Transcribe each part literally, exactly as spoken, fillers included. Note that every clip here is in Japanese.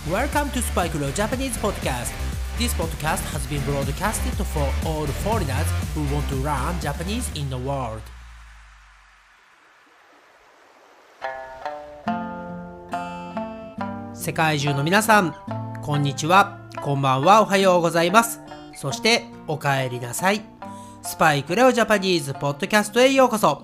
Welcome to Spike Leo Japanese Podcast. This podcast has been broadcasted for all foreigners who want to learn Japanese in the world. 世界中の皆さん、こんにちは、こんばんは、おはようございます。そしてお帰りなさい。スパイクレオジャパニーズポッドキャストへようこそ。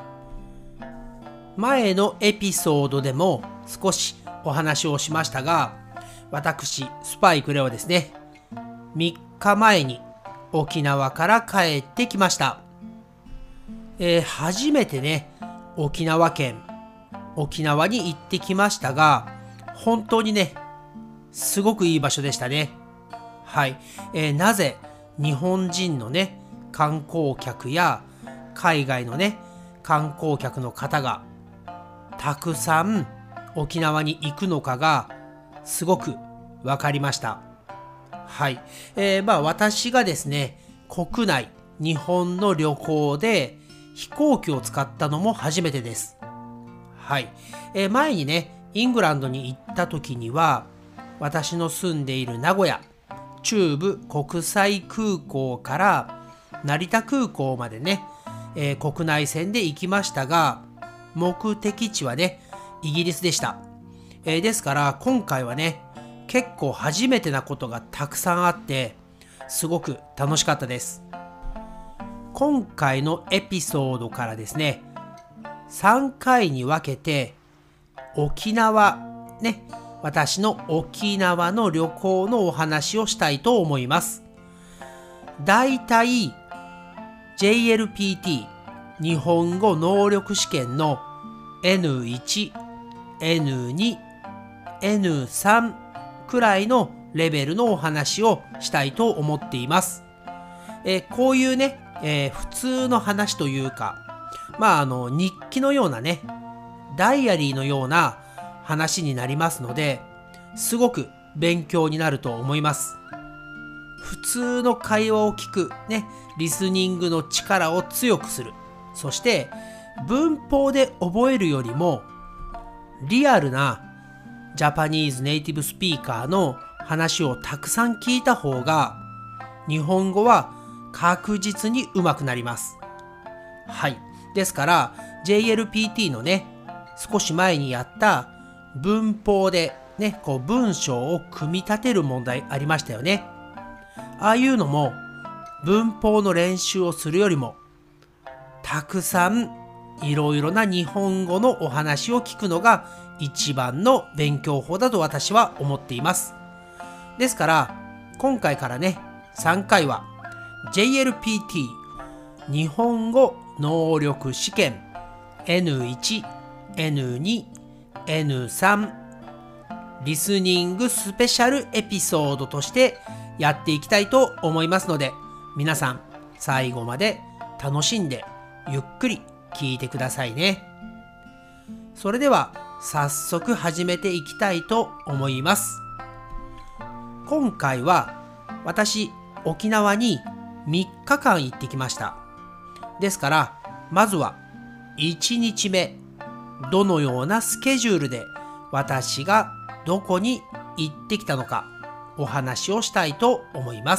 前のエピソードでも少しお話をしましたが、私スパイクレオですね、みっかまえに沖縄から帰ってきました。えー、初めてね、沖縄県沖縄に行ってきましたが、本当にね、すごくいい場所でしたね。はい、えー、なぜ日本人のね観光客や海外のね観光客の方がたくさん沖縄に行くのかがすごく分かりました。はい、えー、まあ私がですね、国内日本の旅行で飛行機を使ったのも初めてです。はい、えー、前にねイングランドに行った時には、私の住んでいる名古屋中部国際空港から成田空港までね、えー、国内線で行きましたが、目的地はねイギリスでした。えー、ですから今回はね結構初めてなことがたくさんあってすごく楽しかったです。今回のエピソードからですね、さんかいに分けて沖縄ね、私の沖縄の旅行のお話をしたいと思います。だいたい ジェイエルピーティー 日本語能力試験の エヌワン、エヌツー、エヌスリー くらいのレベルのお話をしたいと思っています。えー、こういうね、えー、普通の話というか、まああの日記のようなね、ダイアリーのような話になりますので、すごく勉強になると思います。普通の会話を聞くね、リスニングの力を強くする。そして文法で覚えるよりもリアルなジャパニーズネイティブスピーカーの話をたくさん聞いた方が日本語は確実に上手くなります。はい。ですから ジェイエルピーティー のね、少し前にやった文法でね、こう文章を組み立てる問題ありましたよね。ああいうのも文法の練習をするよりもたくさんいろいろな日本語のお話を聞くのが一番の勉強法だと私は思っています。ですから今回からねさんかいは ジェイエルピーティー 日本語能力試験 エヌワン、エヌツー、エヌスリー リスニングスペシャルエピソードとしてやっていきたいと思いますので、皆さん最後まで楽しんでゆっくり聞いてくださいね。それでは早速始めていきたいと思います。今回は私沖縄にみっかかん行ってきました。ですからまずはいちにちめ、どのようなスケジュールで私がどこに行ってきたのかお話をしたいと思います。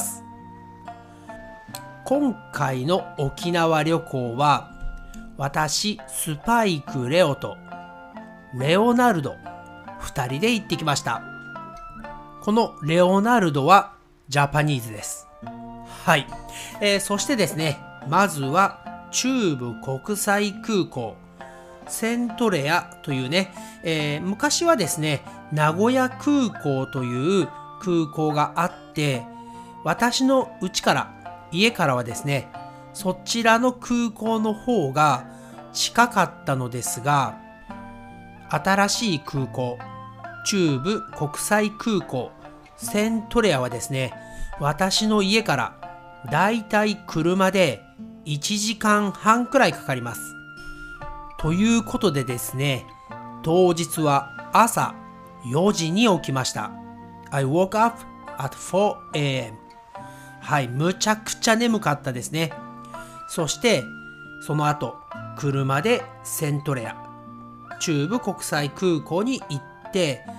今回の沖縄旅行は私スパイクレオとレオナルドふたりで行ってきました。このレオナルドはジャパニーズです。はい、えー、そしてですね、まずは中部国際空港セントレアというね、えー、昔はですね名古屋空港という空港があって、私の家から家からはですねそちらの空港の方が近かったのですが、新しい空港中部国際空港セントレアはですね、私の家からだいたい車でいちじかんはんくらいかかります。ということでですね、当日は朝よじに起きました。 I woke up at フォーエーエム。 はい、むちゃくちゃ眠かったですね。そしてその後車でセントレア中部国際空港に行って、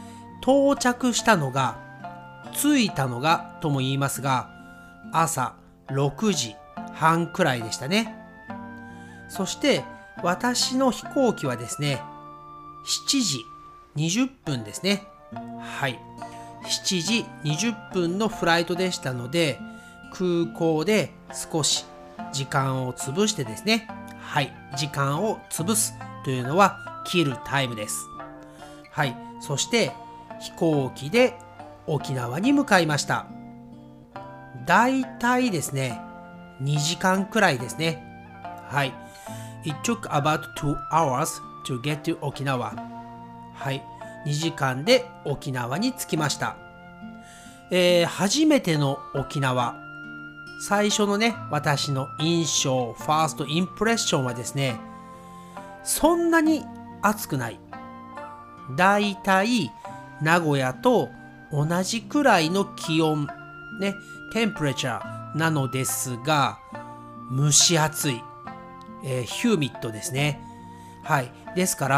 到着したのが、着いたのがとも言いますが、朝ろくじはんくらいでしたね。そして私の飛行機はですね、しちじにじゅっぷんですね。はい。しちじにじゅっぷんのフライトでしたので、空港で少し時間を潰してですね、はい、時間を潰すというのはキルタイムです。はい、そして飛行機で沖縄に向かいました。だいたいですね、にじかんくらいですね。はい。It took about two hours to get to 沖縄。はい。にじかんで沖縄に着きました。えー、初めての沖縄。最初のね、私の印象、ファーストインプレッションはですね、そんなに暑くない。だいたい名古屋と同じくらいの気温、ね、テンプレチャーなのですが、蒸し暑い、えー、ヒューミットですね。はい。ですから、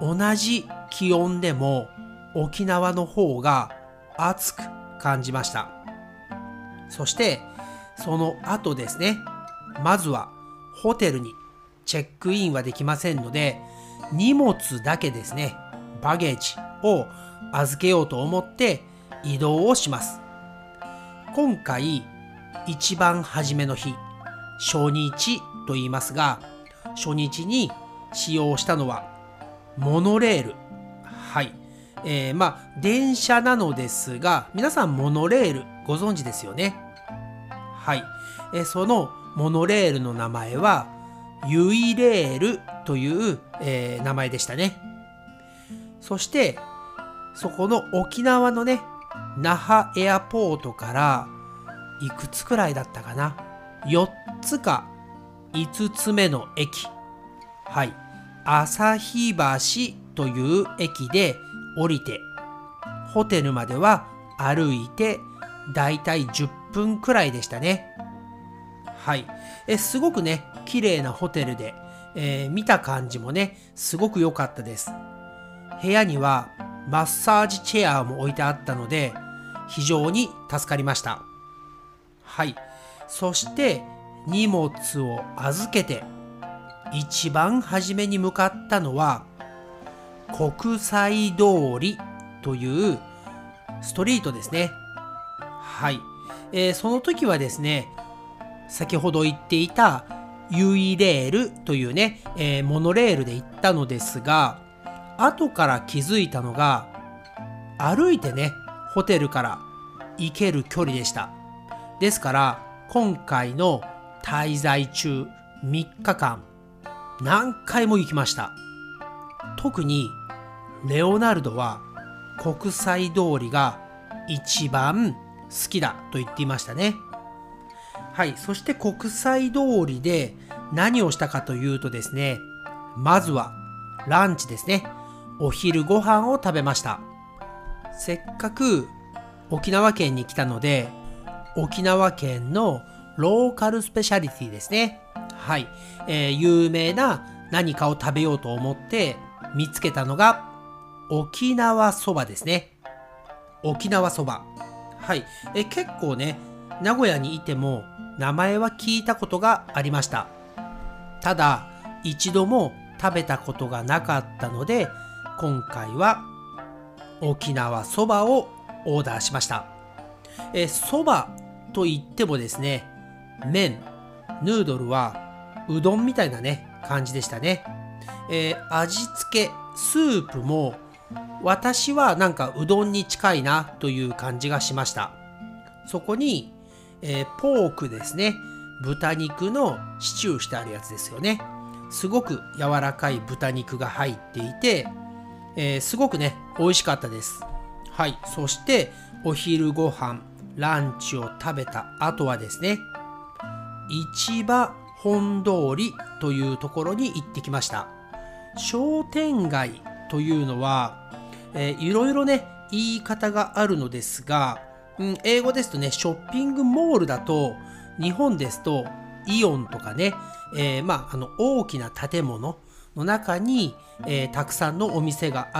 同じ気温でも沖縄の方が暑く感じました。そして、その後ですね、まずはホテルにチェックインはできませんので、荷物だけですね、バゲージを預けようと思って移動をします。今回、一番初めの日、初日と言いますが、初日に使用したのはモノレール。はい。えー、まあ、電車なのですが、皆さんモノレールご存知ですよね。はい。えー、そのモノレールの名前は、ユイレールという、えー、名前でしたね。そして、そこの沖縄のね、那覇エアポートからいくつくらいだったかな、よっつかいつつめの駅、はい、旭橋という駅で降りて、ホテルまでは歩いてだいたいじゅっぷんくらいでしたね。はい、えすごくね綺麗なホテルで、えー、見た感じもねすごく良かったです。部屋にはマッサージチェアも置いてあったので非常に助かりました。はい。そして荷物を預けて一番初めに向かったのは国際通りというストリートですね。はい。えー、その時はですね、先ほど言っていたユイレールというね、えー、モノレールで行ったのですが、後から気づいたのが歩いてねホテルから行ける距離でした。ですから今回の滞在中みっかかん何回も行きました。特にレオナルドは国際通りが一番好きだと言っていましたね。はい。そして国際通りで何をしたかというとですね、まずはランチですね。お昼ご飯を食べました。せっかく沖縄県に来たので、沖縄県のローカルスペシャリティですね。はい、えー、有名な何かを食べようと思って見つけたのが沖縄そばですね。沖縄そば。はい、えー、結構ね、名古屋にいても名前は聞いたことがありました。ただ、一度も食べたことがなかったので、今回は沖縄そばをオーダーしました。えー、そばと言ってもですね、麺、ヌードルはうどんみたいなね、感じでしたね。えー、味付け、スープも私はなんかうどんに近いなという感じがしました。そこに、えー、ポークですね。豚肉のシチューしてあるやつですよね。すごく柔らかい豚肉が入っていて、えー、すごくね、美味しかったです。はい。そして、お昼ご飯、ランチを食べた後はですね、市場本通りというところに行ってきました。商店街というのは、えー、いろいろね、言い方があるのですが、うん、英語ですとね、ショッピングモールだと、日本ですとイオンとかね、えー、まあ、あの大きな建物の中に、えー、たくさんのお店がある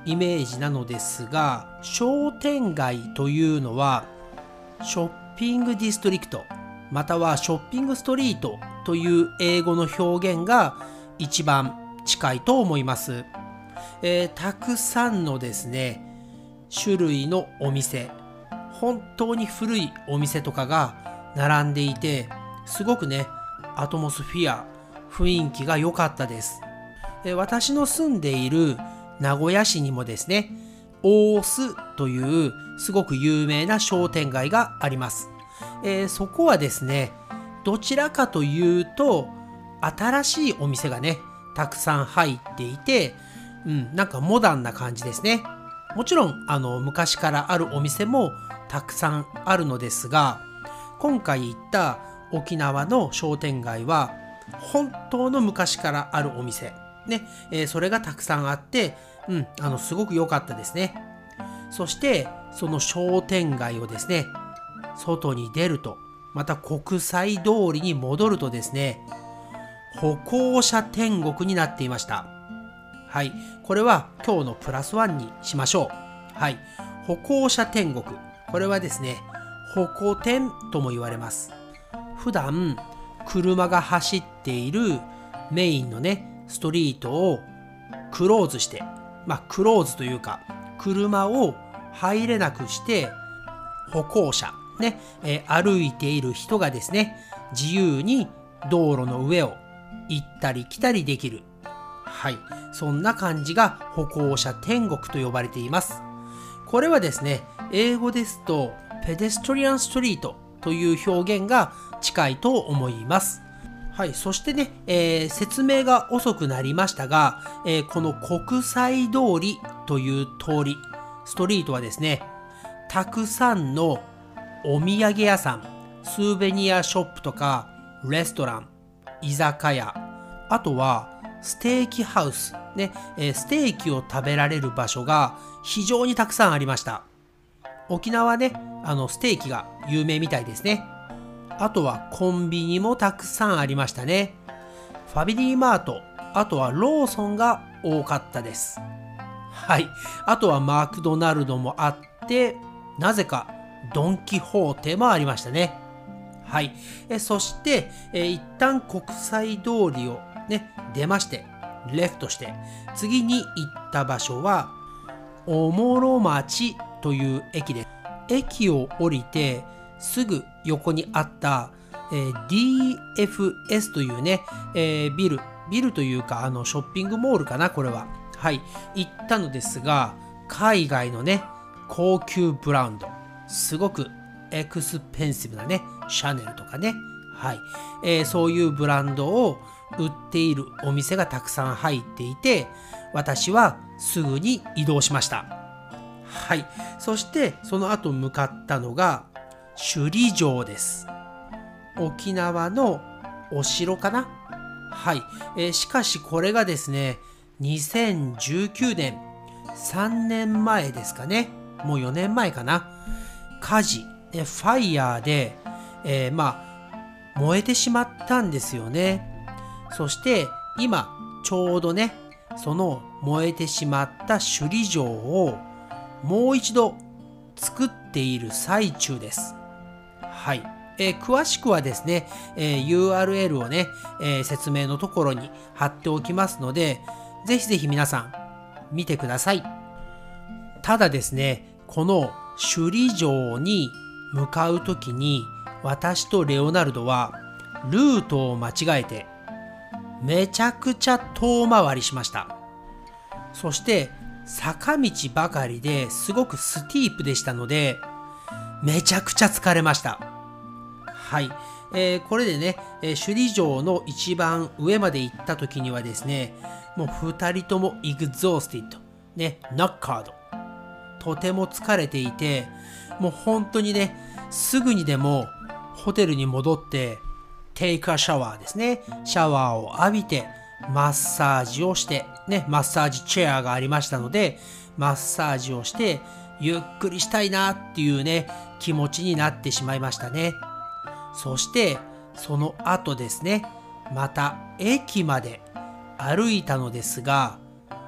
イメージなのですが、商店街というのはショッピングディストリクトまたはショッピングストリートという英語の表現が一番近いと思います。えー、たくさんのですね種類のお店、本当に古いお店とかが並んでいて、すごくねアトモスフィア、雰囲気が良かったです。えー、私の住んでいる名古屋市にもですね、大須というすごく有名な商店街があります。えー、そこはですね、どちらかというと新しいお店がねたくさん入っていて、うん、なんかモダンな感じですね。もちろんあの昔からあるお店もたくさんあるのですが、今回行った沖縄の商店街は本当の昔からあるお店ね、えー、それがたくさんあって、うん、あのすごく良かったですね。そしてその商店街をですね外に出ると、また国際通りに戻るとですね、歩行者天国になっていました。はい、これは今日のプラスワンにしましょう。はい、歩行者天国、これはですね歩行天とも言われます。普段車が走っているメインのねストリートをクローズして、まあクローズというか車を入れなくして、歩行者ね、えー、歩いている人がですね自由に道路の上を行ったり来たりできる。はい、そんな感じが歩行者天国と呼ばれています。これはですね英語ですとペデストリアンストリートという表現が近いと思います。はい、そしてね、えー、説明が遅くなりましたが、えー、この国際通りという通り、ストリートはですね、たくさんのお土産屋さん、スーベニアショップとか、レストラン、居酒屋、あとはステーキハウス、ね、えー、ステーキを食べられる場所が非常にたくさんありました。沖縄ね、あのステーキが有名みたいですね。あとはコンビニもたくさんありましたね。ファミリーマート、あとはローソンが多かったです。はい。あとはマクドナルドもあって、なぜかドンキホーテもありましたね。はい。えそして、え一旦国際通りをね、出まして、レフトして、次に行った場所は、おもろ町という駅です。駅を降りて、すぐ横にあった、えー、ディーエフエス というね、えー、ビル、ビルというかあのショッピングモールかな、これは。はい、行ったのですが、海外のね、高級ブランド、すごくエクスペンシブなね、シャネルとかね、はい、えー、そういうブランドを売っているお店がたくさん入っていて、私はすぐに移動しました。はい、そしてその後向かったのが首里城です。沖縄のお城かな。はい、えー、しかしこれがですね、にせんじゅうきゅうねん、さんねんまえですかね、もうよねんまえかな、火事、ファイヤーで、えー、まあ燃えてしまったんですよね。そして今ちょうどね、その燃えてしまった首里城をもう一度作っている最中です。はい、えー、詳しくはですね、えー、ユーアールエル をね、えー、説明のところに貼っておきますので、ぜひぜひ皆さん見てください。ただですね、この首里城に向かうときに私とレオナルドはルートを間違えてめちゃくちゃ遠回りしました。そして坂道ばかりですごくスティープでしたので、めちゃくちゃ疲れました。はい、えー、これでね、えー、首里城の一番上まで行った時にはですね、もうふたりともエグゾースティッド、ね、ノッカード、とても疲れていて、もう本当にね、すぐにでもホテルに戻ってテイクアシャワーですね、シャワーを浴びてマッサージをしてね、マッサージチェアがありましたのでマッサージをしてゆっくりしたいなっていうね気持ちになってしまいましたね。そしてその後ですね、また駅まで歩いたのですが、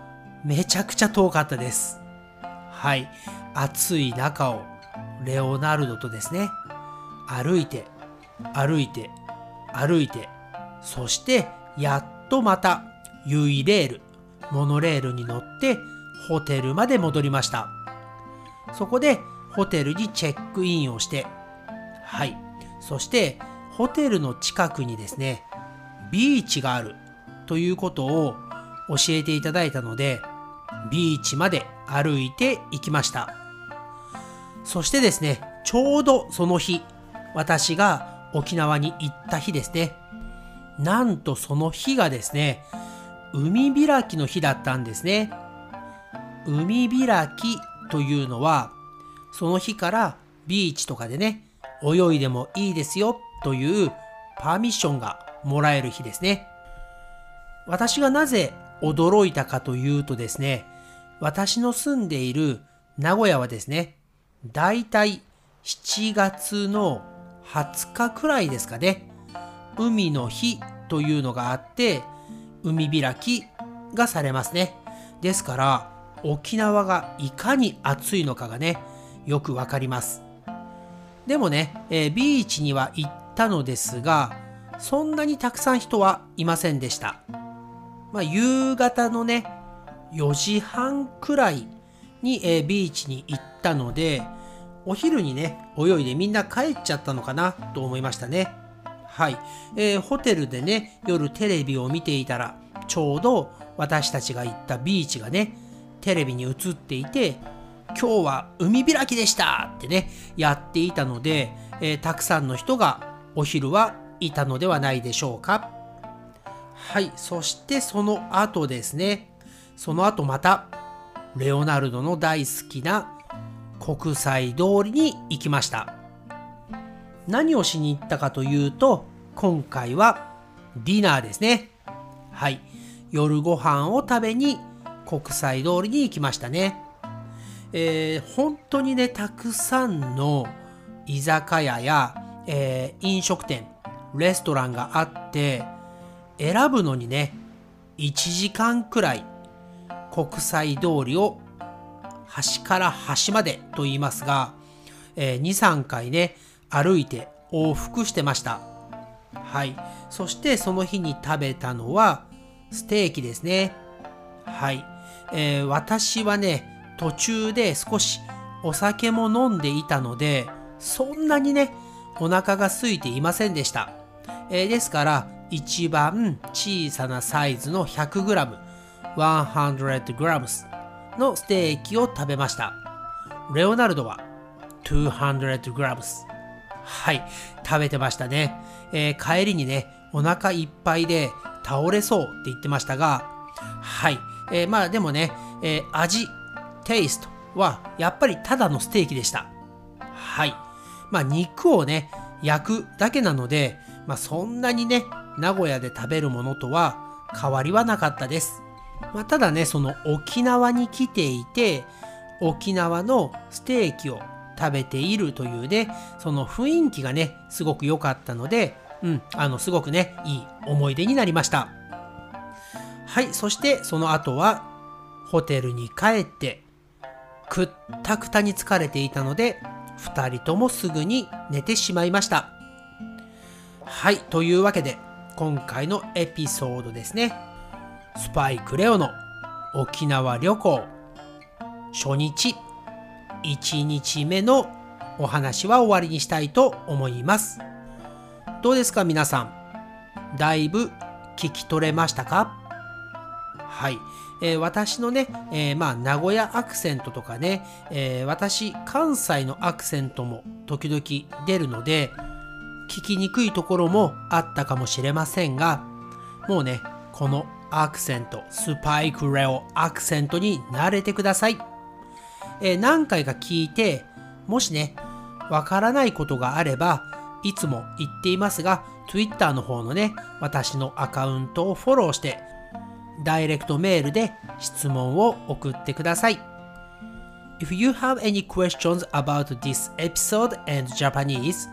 めちゃくちゃ遠かったです。はい。暑い中をレオナルドとですね、歩いて、歩いて、歩いて、そしてやっとまたユイレール、モノレールに乗ってホテルまで戻りました。そこでホテルにチェックインをして、はい。そしてホテルの近くにですね、ビーチがあるということを教えていただいたので、ビーチまで歩いて行きました。そしてですね、ちょうどその日、私が沖縄に行った日ですね。なんとその日がですね、海開きの日だったんですね。海開きというのは、その日からビーチとかでね、泳いでもいいですよというパーミッションがもらえる日ですね。私がなぜ驚いたかというとですね、私の住んでいる名古屋はですね、だいたいしちがつのはつかくらいですかね、海の日というのがあって、海開きがされますね。ですから、沖縄がいかに暑いのかがね、よくわかります。でもね、えー、ビーチには行ったのですが、そんなにたくさん人はいませんでした。まあ、夕方のね、よじはんくらいに、えー、ビーチに行ったので、お昼にね、泳いでみんな帰っちゃったのかなと思いましたね。はい、えー、ホテルでね、夜テレビを見ていたら、ちょうど私たちが行ったビーチがね、テレビに映っていて、今日は海開きでしたってね、やっていたので、えー、たくさんの人がお昼はいたのではないでしょうか。はい、そしてその後ですね、その後また、レオナルドの大好きな国際通りに行きました。何をしに行ったかというと、今回はディナーですね。はい、夜ご飯を食べに国際通りに行きましたね。えー、本当にね、たくさんの居酒屋や、えー、飲食店、レストランがあって、選ぶのにね、いちじかんくらい国際通りを端から端までと言いますが、えー、にさんかいね、歩いて往復してました。はい。そしてその日に食べたのはステーキですね。はい。えー、私はね、途中で少しお酒も飲んでいたので、そんなにね、お腹が空いていませんでした。えー、ですから、一番小さなサイズの ひゃくグラム、ひゃくグラム のステーキを食べました。レオナルドはにひゃくグラム。はい、食べてましたね。えー、帰りにね、お腹いっぱいで倒れそうって言ってましたが、はい、えー、まあでもね、えー、味、テイストはやっぱりただのステーキでした。はい。まあ肉をね、焼くだけなので、まあそんなにね、名古屋で食べるものとは変わりはなかったです。まあただね、その沖縄に来ていて、沖縄のステーキを食べているというね、その雰囲気がね、すごく良かったので、うん、あの、すごくね、いい思い出になりました。はい、そしてその後は、ホテルに帰って、くったくたに疲れていたので、二人ともすぐに寝てしまいました。はい、というわけで、今回のエピソードですね。スパイクレオの沖縄旅行、初日、いちにちめのお話は終わりにしたいと思います。どうですか皆さん。だいぶ聞き取れましたか？はい。えー、私のね、えー、まあ名古屋アクセントとかね、えー、私関西のアクセントも時々出るので、聞きにくいところもあったかもしれませんが、もうね、このアクセント、スパイクレオアクセントに慣れてください。えー、何回か聞いて、もしね、わからないことがあれば、いつも言っていますが、Twitter の方のね、私のアカウントをフォローして、ダイレクトメールで質問を送ってください。If you have any questions about this episode and Japanese,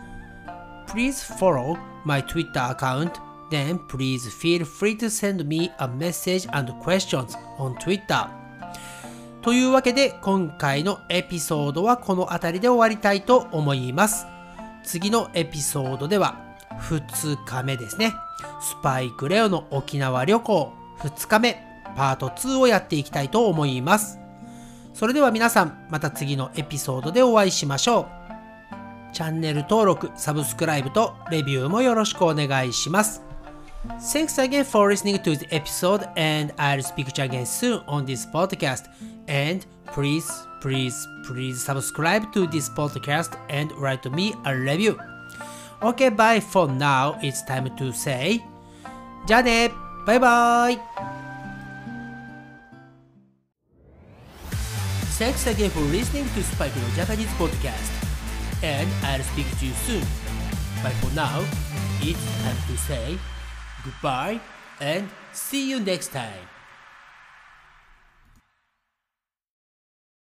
please follow my Twitter account, then please feel free to send me a message and questions on Twitter. というわけで今回のエピソードはこの辺りで終わりたいと思います。次のエピソードではふつかめですね。スパイクレオの沖縄旅行ふつかめパートツーをやっていきたいと思います。それでは皆さんまた次のエピソードでお会いしましょう。チャンネル登録、サブスクライブとレビューもよろしくお願いします。Thanks again for listening to the episode and I'll speak to you again soon on this podcast. And please, please, please subscribe to this podcast and write me a review. Okay, bye for now. It's time to say じゃあね、バイバイ。Thanks again for listening to Spike no Japanese podcast. And I'll speak to you soon. But for now, it's time to say goodbye and see you next time.